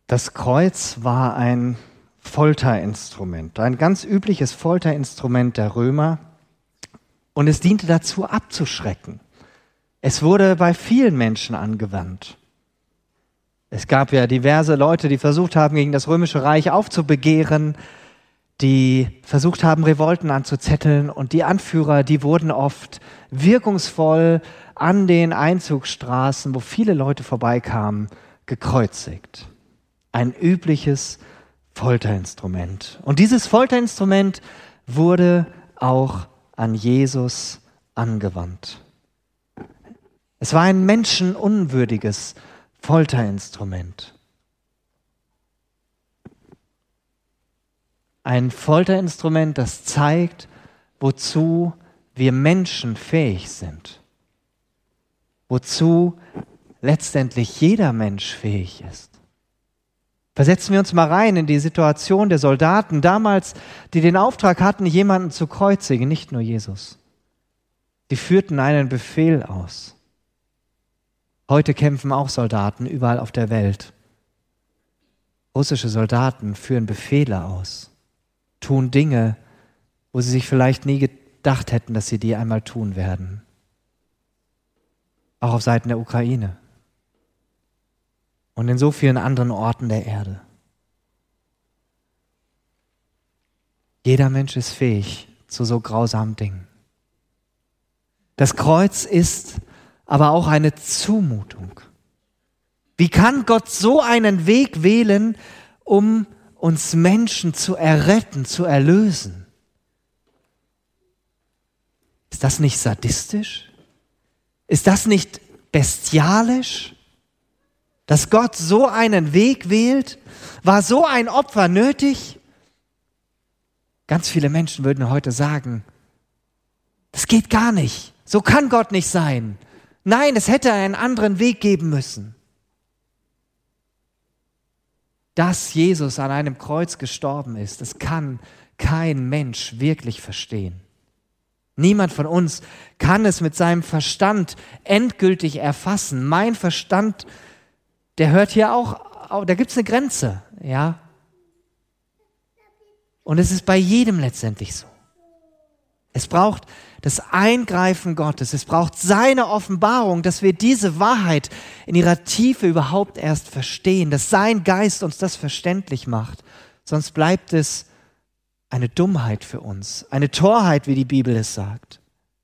Das Kreuz war ein Folterinstrument, ein ganz übliches Folterinstrument der Römer, und es diente dazu, abzuschrecken. Es wurde bei vielen Menschen angewandt. Es gab ja diverse Leute, die versucht haben, gegen das Römische Reich aufzubegehren, die versucht haben, Revolten anzuzetteln, und die Anführer, die wurden oft wirkungsvoll an den Einzugsstraßen, wo viele Leute vorbeikamen, gekreuzigt. Ein übliches Folterinstrument. Und dieses Folterinstrument wurde auch an Jesus angewandt. Es war ein menschenunwürdiges Folterinstrument. Ein Folterinstrument, das zeigt, wozu wir Menschen fähig sind. Wozu letztendlich jeder Mensch fähig ist. Versetzen wir uns mal rein in die Situation der Soldaten damals, die den Auftrag hatten, jemanden zu kreuzigen, nicht nur Jesus. Sie führten einen Befehl aus. Heute kämpfen auch Soldaten überall auf der Welt. Russische Soldaten führen Befehle aus, tun Dinge, wo sie sich vielleicht nie gedacht hätten, dass sie die einmal tun werden. Auch auf Seiten der Ukraine. Und in so vielen anderen Orten der Erde. Jeder Mensch ist fähig zu so grausamen Dingen. Das Kreuz ist aber auch eine Zumutung. Wie kann Gott so einen Weg wählen, um uns Menschen zu erretten, zu erlösen? Ist das nicht sadistisch? Ist das nicht bestialisch? Dass Gott so einen Weg wählt? War so ein Opfer nötig? Ganz viele Menschen würden heute sagen, das geht gar nicht. So kann Gott nicht sein. Nein, es hätte einen anderen Weg geben müssen. Dass Jesus an einem Kreuz gestorben ist, das kann kein Mensch wirklich verstehen. Niemand von uns kann es mit seinem Verstand endgültig erfassen. Mein Verstand, der hört hier auch, da gibt es eine Grenze, ja. Und es ist bei jedem letztendlich so. Es braucht das Eingreifen Gottes, es braucht seine Offenbarung, dass wir diese Wahrheit in ihrer Tiefe überhaupt erst verstehen, dass sein Geist uns das verständlich macht. Sonst bleibt es eine Dummheit für uns, eine Torheit, wie die Bibel es sagt.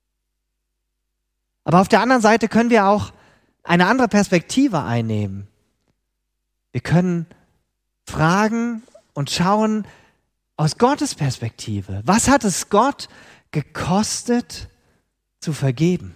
Aber auf der anderen Seite können wir auch eine andere Perspektive einnehmen. Wir können fragen und schauen aus Gottes Perspektive. Was hat es Gott gekostet, zu vergeben?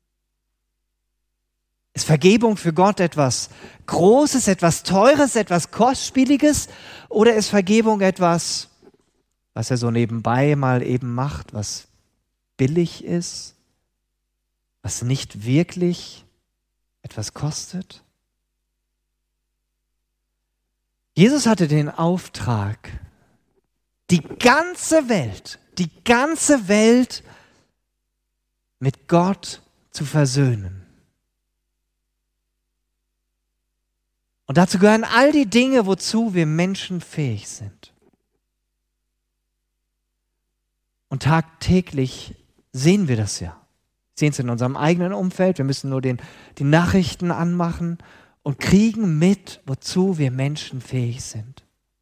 Ist Vergebung für Gott etwas Großes, etwas Teures, etwas Kostspieliges? Oder ist Vergebung etwas, was er so nebenbei mal eben macht, was billig ist, was nicht wirklich etwas kostet? Jesus hatte den Auftrag, die ganze Welt mit Gott zu versöhnen. Und dazu gehören all die Dinge, wozu wir Menschen fähig sind. Und tagtäglich sehen wir das ja. Wir sehen es in unserem eigenen Umfeld. Wir müssen nur die Nachrichten anmachen und kriegen mit, wozu wir Menschen fähig sind.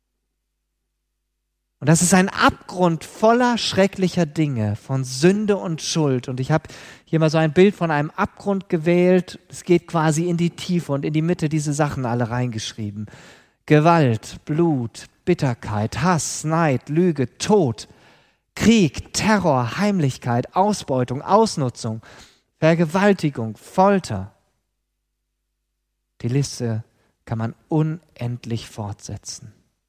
Und das ist ein Abgrund voller schrecklicher Dinge, von Sünde und Schuld. Und ich habe hier mal so ein Bild von einem Abgrund gewählt. Es geht quasi in die Tiefe und in die Mitte diese Sachen alle reingeschrieben. Gewalt, Blut, Bitterkeit, Hass, Neid, Lüge, Tod, Krieg, Terror, Heimlichkeit, Ausbeutung, Ausnutzung, Vergewaltigung, Folter. Die Liste kann man unendlich fortsetzen.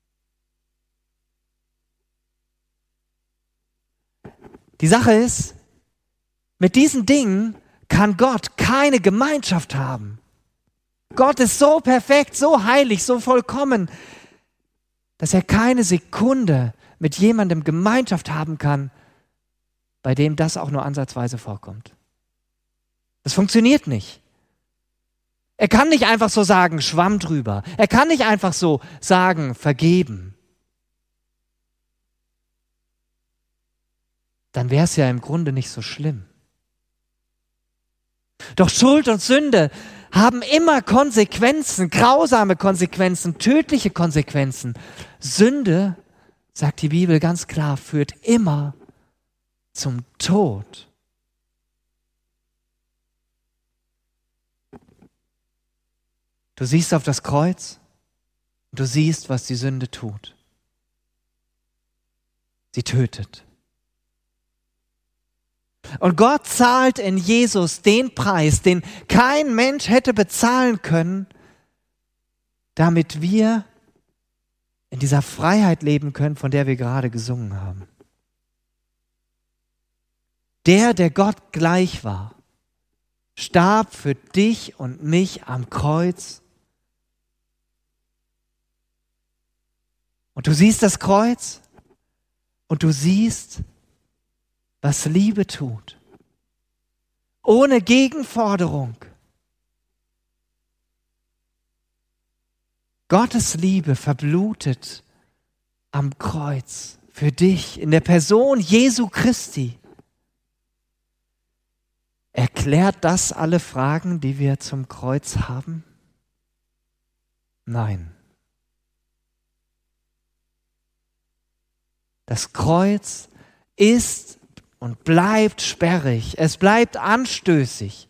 Die Sache ist, mit diesen Dingen kann Gott keine Gemeinschaft haben. Gott ist so perfekt, so heilig, so vollkommen, dass er keine Sekunde mit jemandem Gemeinschaft haben kann, bei dem das auch nur ansatzweise vorkommt. Das funktioniert nicht. Er kann nicht einfach so sagen, Schwamm drüber. Er kann nicht einfach so sagen, vergeben. Dann wäre es ja im Grunde nicht so schlimm. Doch Schuld und Sünde haben immer Konsequenzen, grausame Konsequenzen, tödliche Konsequenzen. Sünde, sagt die Bibel ganz klar, führt immer zum Tod. Du siehst auf das Kreuz und du siehst, was die Sünde tut. Sie tötet. Und Gott zahlt in Jesus den Preis, den kein Mensch hätte bezahlen können, damit wir in dieser Freiheit leben können, von der wir gerade gesungen haben. Der Gott gleich war, starb für dich und mich am Kreuz. Und du siehst das Kreuz und du siehst, was Liebe tut. Ohne Gegenforderung. Gottes Liebe verblutet am Kreuz für dich in der Person Jesu Christi. Erklärt das alle Fragen, die wir zum Kreuz haben? Nein. Das Kreuz ist und bleibt sperrig. Es bleibt anstößig.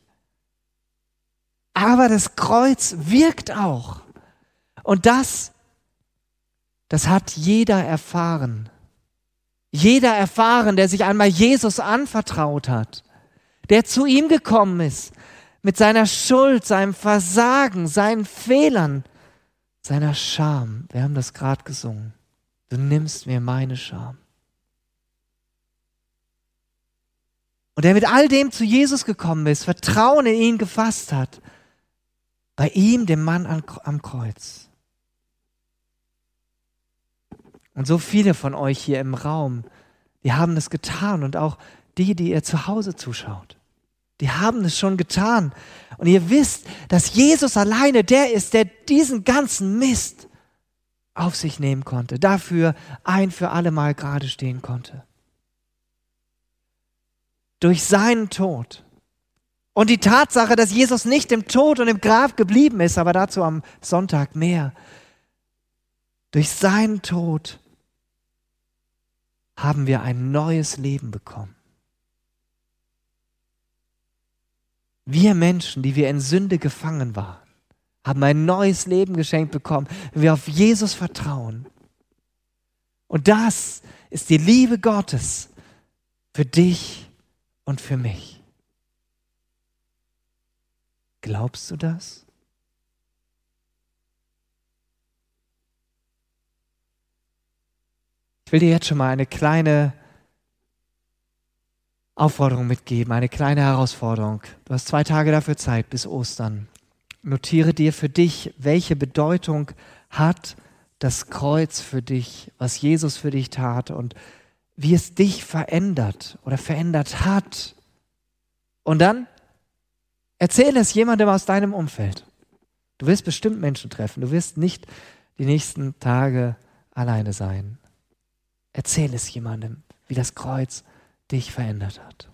Aber das Kreuz wirkt auch. Und das hat jeder erfahren. Jeder erfahren, der sich einmal Jesus anvertraut hat, der zu ihm gekommen ist, mit seiner Schuld, seinem Versagen, seinen Fehlern, seiner Scham. Wir haben das gerade gesungen. Du nimmst mir meine Scham. Und der mit all dem zu Jesus gekommen ist, Vertrauen in ihn gefasst hat. Bei ihm, dem Mann am Kreuz. Und so viele von euch hier im Raum, die haben das getan. Und auch die ihr zu Hause zuschaut. Die haben es schon getan. Und ihr wisst, dass Jesus alleine der ist, der diesen ganzen Mist auf sich nehmen konnte. Dafür ein für alle Mal gerade stehen konnte. Durch seinen Tod. Und die Tatsache, dass Jesus nicht im Tod und im Grab geblieben ist, aber dazu am Sonntag mehr. Durch seinen Tod haben wir ein neues Leben bekommen. Wir Menschen, die wir in Sünde gefangen waren, haben ein neues Leben geschenkt bekommen, wenn wir auf Jesus vertrauen. Und das ist die Liebe Gottes für dich und für mich. Glaubst du das? Ich will dir jetzt schon mal eine kleine Aufforderung mitgeben, eine kleine Herausforderung. Du hast 2 Tage dafür Zeit bis Ostern. Notiere dir für dich, welche Bedeutung hat das Kreuz für dich, was Jesus für dich tat und wie es dich verändert oder verändert hat. Und dann erzähle es jemandem aus deinem Umfeld. Du wirst bestimmt Menschen treffen. Du wirst nicht die nächsten Tage alleine sein. Erzähle es jemandem, wie das Kreuz dich verändert hat.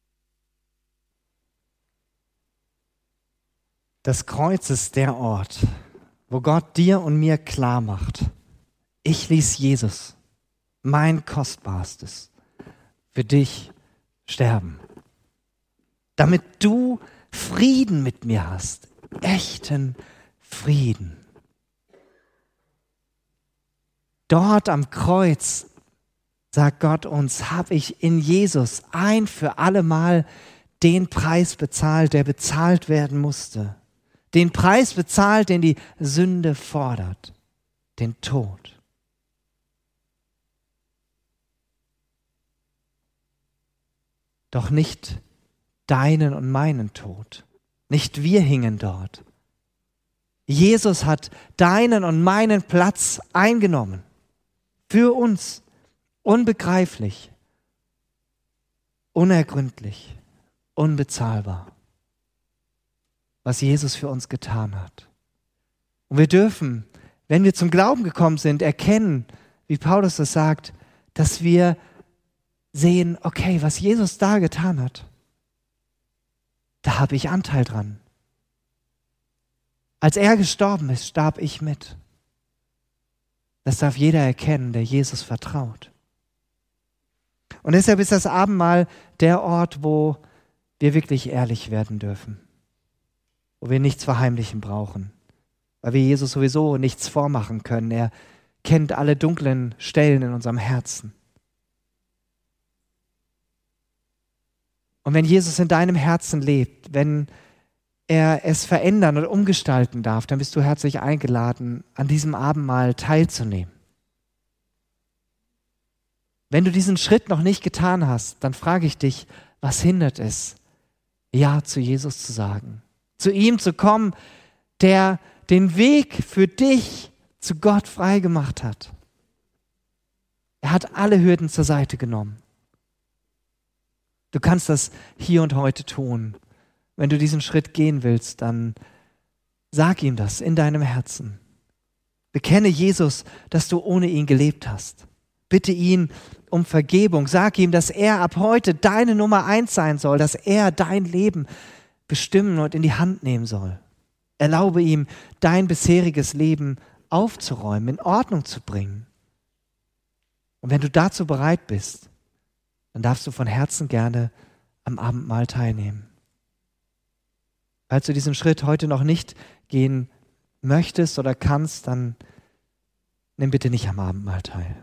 Das Kreuz ist der Ort, wo Gott dir und mir klar macht, ich ließ Jesus, mein Kostbarstes, für dich sterben, damit du Frieden mit mir hast, echten Frieden. Dort am Kreuz, sagt Gott uns, habe ich in Jesus ein für alle Mal den Preis bezahlt, der bezahlt werden musste. Den Preis bezahlt, den die Sünde fordert, den Tod. Doch nicht deinen und meinen Tod. Nicht wir hingen dort. Jesus hat deinen und meinen Platz eingenommen. Für uns. Unbegreiflich. Unergründlich. Unbezahlbar. was Jesus für uns getan hat. Und wir dürfen, wenn wir zum Glauben gekommen sind, erkennen, wie Paulus das sagt, dass wir sehen, okay, was Jesus da getan hat, da habe ich Anteil dran. Als er gestorben ist, starb ich mit. Das darf jeder erkennen, der Jesus vertraut. Und deshalb ist das Abendmahl der Ort, wo wir wirklich ehrlich werden dürfen, wo wir nichts verheimlichen brauchen, weil wir Jesus sowieso nichts vormachen können. Er kennt alle dunklen Stellen in unserem Herzen. Und wenn Jesus in deinem Herzen lebt, wenn er es verändern und umgestalten darf, dann bist du herzlich eingeladen, an diesem Abendmahl teilzunehmen. Wenn du diesen Schritt noch nicht getan hast, dann frage ich dich, was hindert es, Ja zu Jesus zu sagen, zu ihm zu kommen, der den Weg für dich zu Gott freigemacht hat. Er hat alle Hürden zur Seite genommen. Du kannst das hier und heute tun. Wenn du diesen Schritt gehen willst, dann sag ihm das in deinem Herzen. Bekenne Jesus, dass du ohne ihn gelebt hast. Bitte ihn um Vergebung. Sag ihm, dass er ab heute deine Nummer 1 sein soll, dass er dein Leben bestimmen und in die Hand nehmen soll. Erlaube ihm, dein bisheriges Leben aufzuräumen, in Ordnung zu bringen. Und wenn du dazu bereit bist, dann darfst du von Herzen gerne am Abendmahl teilnehmen. Falls du diesen Schritt heute noch nicht gehen möchtest oder kannst, dann nimm bitte nicht am Abendmahl teil.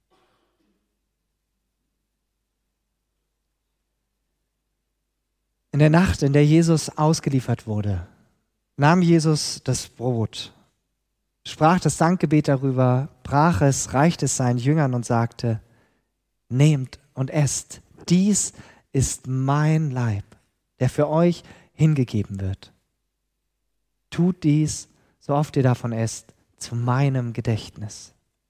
In der Nacht, in der Jesus ausgeliefert wurde, nahm Jesus das Brot, sprach das Dankgebet darüber, brach es, reichte es seinen Jüngern und sagte, nehmt und esst, dies ist mein Leib, der für euch hingegeben wird. Tut dies, so oft ihr davon esst, zu meinem Gedächtnis.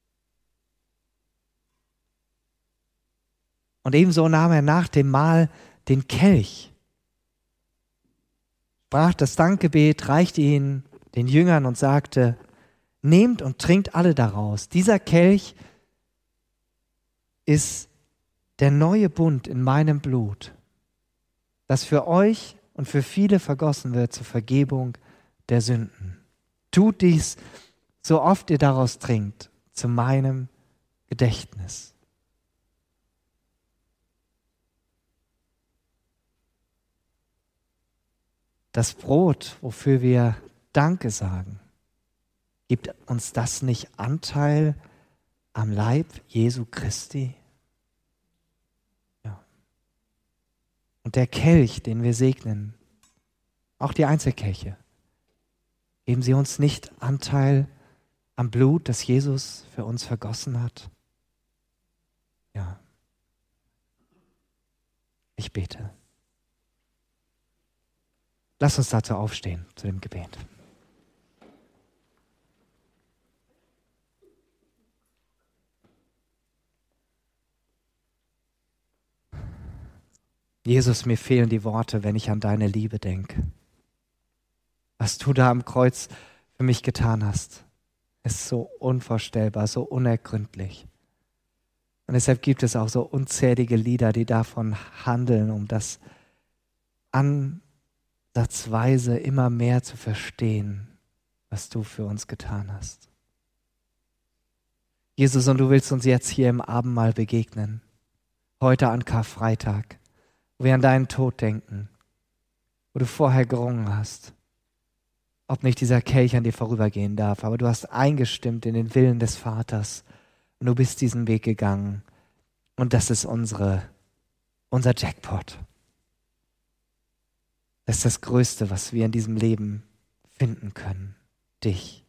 Und ebenso nahm er nach dem Mahl den Kelch, sprach das Dankgebet, reichte ihn den Jüngern und sagte, nehmt und trinkt alle daraus. Dieser Kelch ist der neue Bund in meinem Blut, das für euch und für viele vergossen wird zur Vergebung der Sünden. Tut dies, so oft ihr daraus trinkt, zu meinem Gedächtnis. Das Brot, wofür wir Danke sagen, gibt uns das nicht Anteil am Leib Jesu Christi? Ja. Und der Kelch, den wir segnen, auch die Einzelkelche, geben sie uns nicht Anteil am Blut, das Jesus für uns vergossen hat? Ja. Ich bete. Lass uns dazu aufstehen, zu dem Gebet. Jesus, mir fehlen die Worte, wenn ich an deine Liebe denke. Was du da am Kreuz für mich getan hast, ist so unvorstellbar, so unergründlich. Und deshalb gibt es auch so unzählige Lieder, die davon handeln, um das ansatzweise immer mehr zu verstehen, was du für uns getan hast. Jesus, und du willst uns jetzt hier im Abendmahl begegnen, heute an Karfreitag, wo wir an deinen Tod denken, wo du vorher gerungen hast, ob nicht dieser Kelch an dir vorübergehen darf, aber du hast eingestimmt in den Willen des Vaters und du bist diesen Weg gegangen und das ist unser Jackpot. Das ist das Größte, was wir in diesem Leben finden können, dich.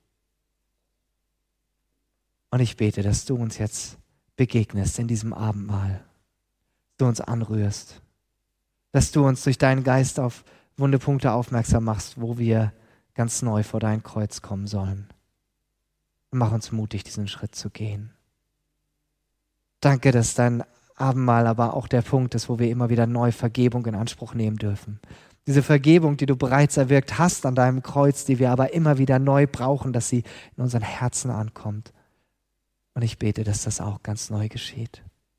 Und ich bete, dass du uns jetzt begegnest in diesem Abendmahl, dass du uns anrührst, dass du uns durch deinen Geist auf wunde Punkte aufmerksam machst, wo wir ganz neu vor dein Kreuz kommen sollen. Und mach uns mutig, diesen Schritt zu gehen. Danke, dass dein Abendmahl aber auch der Punkt ist, wo wir immer wieder neu Vergebung in Anspruch nehmen dürfen. Diese Vergebung, die du bereits erwirkt hast an deinem Kreuz, die wir aber immer wieder neu brauchen, dass sie in unseren Herzen ankommt. Und ich bete, dass das auch ganz neu geschieht.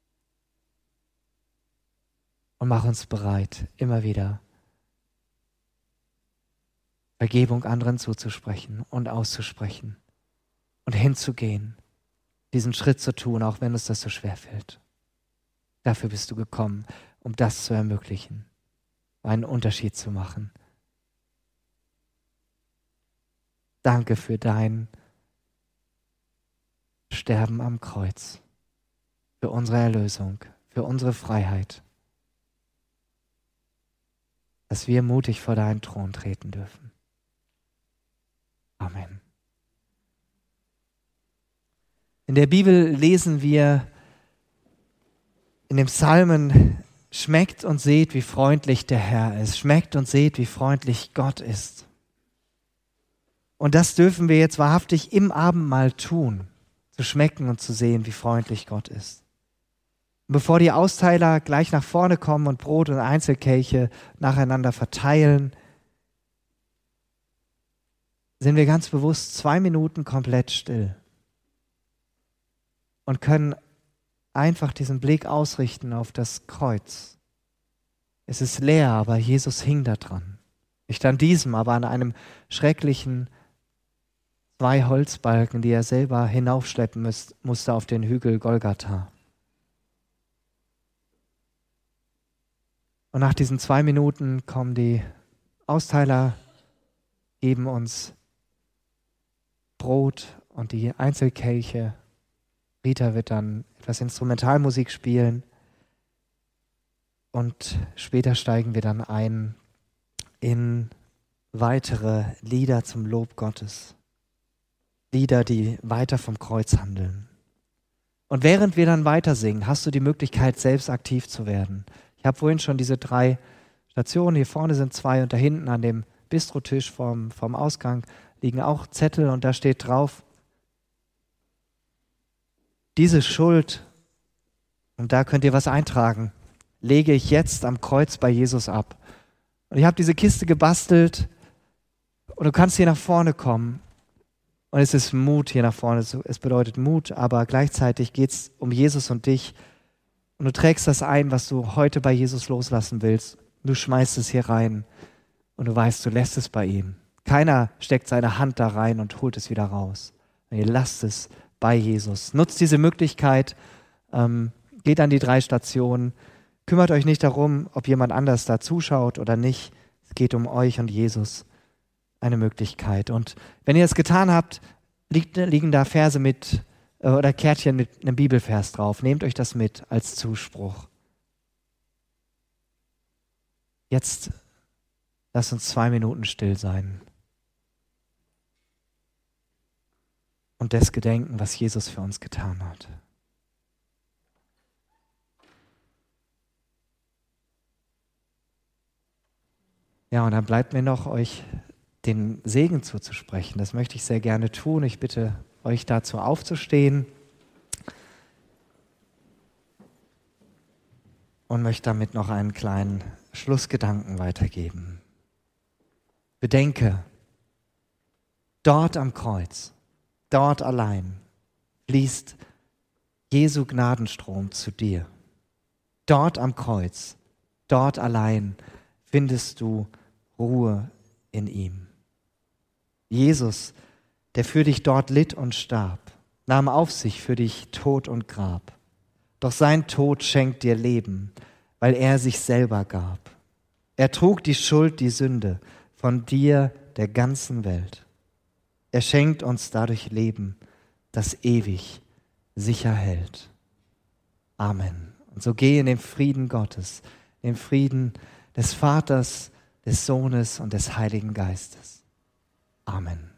Und mach uns bereit, immer wieder Vergebung anderen zuzusprechen und auszusprechen und hinzugehen, diesen Schritt zu tun, auch wenn uns das so schwer fällt. Dafür bist du gekommen, um das zu ermöglichen, einen Unterschied zu machen. Danke für dein Sterben am Kreuz, für unsere Erlösung, für unsere Freiheit, dass wir mutig vor deinen Thron treten dürfen. Amen. In der Bibel lesen wir in dem Psalmen: Schmeckt und seht, wie freundlich der Herr ist. Schmeckt und seht, wie freundlich Gott ist. Und das dürfen wir jetzt wahrhaftig im Abendmahl tun, zu schmecken und zu sehen, wie freundlich Gott ist. Und bevor die Austeiler gleich nach vorne kommen und Brot und Einzelkelche nacheinander verteilen, sind wir ganz bewusst 2 Minuten komplett still und können einfach diesen Blick ausrichten auf das Kreuz. Es ist leer, aber Jesus hing da dran. Nicht an diesem, aber an einem schrecklichen 2 Holzbalken, die er selber hinaufschleppen musste auf den Hügel Golgatha. Und nach diesen 2 Minuten kommen die Austeiler, geben uns Brot und die Einzelkelche. Rita wird dann etwas Instrumentalmusik spielen und später steigen wir dann ein in weitere Lieder zum Lob Gottes. Lieder, die weiter vom Kreuz handeln. Und während wir dann weiter singen, hast du die Möglichkeit, selbst aktiv zu werden. Ich habe vorhin schon diese 3 Stationen, hier vorne sind 2 und da hinten an dem Bistrotisch vom Ausgang liegen auch Zettel und da steht drauf: Diese Schuld, und da könnt ihr was eintragen, lege ich jetzt am Kreuz bei Jesus ab. Und ich habe diese Kiste gebastelt und du kannst hier nach vorne kommen. Und es ist Mut hier nach vorne, es bedeutet Mut, aber gleichzeitig geht es um Jesus und dich. Und du trägst das ein, was du heute bei Jesus loslassen willst. Du schmeißt es hier rein und du weißt, du lässt es bei ihm. Keiner steckt seine Hand da rein und holt es wieder raus. Und ihr lasst es bei Jesus. Nutzt diese Möglichkeit, geht an die 3 Stationen, kümmert euch nicht darum, ob jemand anders da zuschaut oder nicht. Es geht um euch und Jesus. Eine Möglichkeit. Und wenn ihr es getan habt, liegen da Verse mit oder Kärtchen mit einem Bibelvers drauf. Nehmt euch das mit als Zuspruch. Jetzt lasst uns 2 Minuten still sein und des gedenken, was Jesus für uns getan hat. Ja, und dann bleibt mir noch, euch den Segen zuzusprechen. Das möchte ich sehr gerne tun. Ich bitte euch dazu aufzustehen und möchte damit noch einen kleinen Schlussgedanken weitergeben. Bedenke, dort am Kreuz, dort allein fließt Jesu Gnadenstrom zu dir. Dort am Kreuz, dort allein findest du Ruhe in ihm. Jesus, der für dich dort litt und starb, nahm auf sich für dich Tod und Grab. Doch sein Tod schenkt dir Leben, weil er sich selber gab. Er trug die Schuld, die Sünde von dir, der ganzen Welt. Er schenkt uns dadurch Leben, das ewig sicher hält. Amen. Und so geh in den Frieden Gottes, in den Frieden des Vaters, des Sohnes und des Heiligen Geistes. Amen.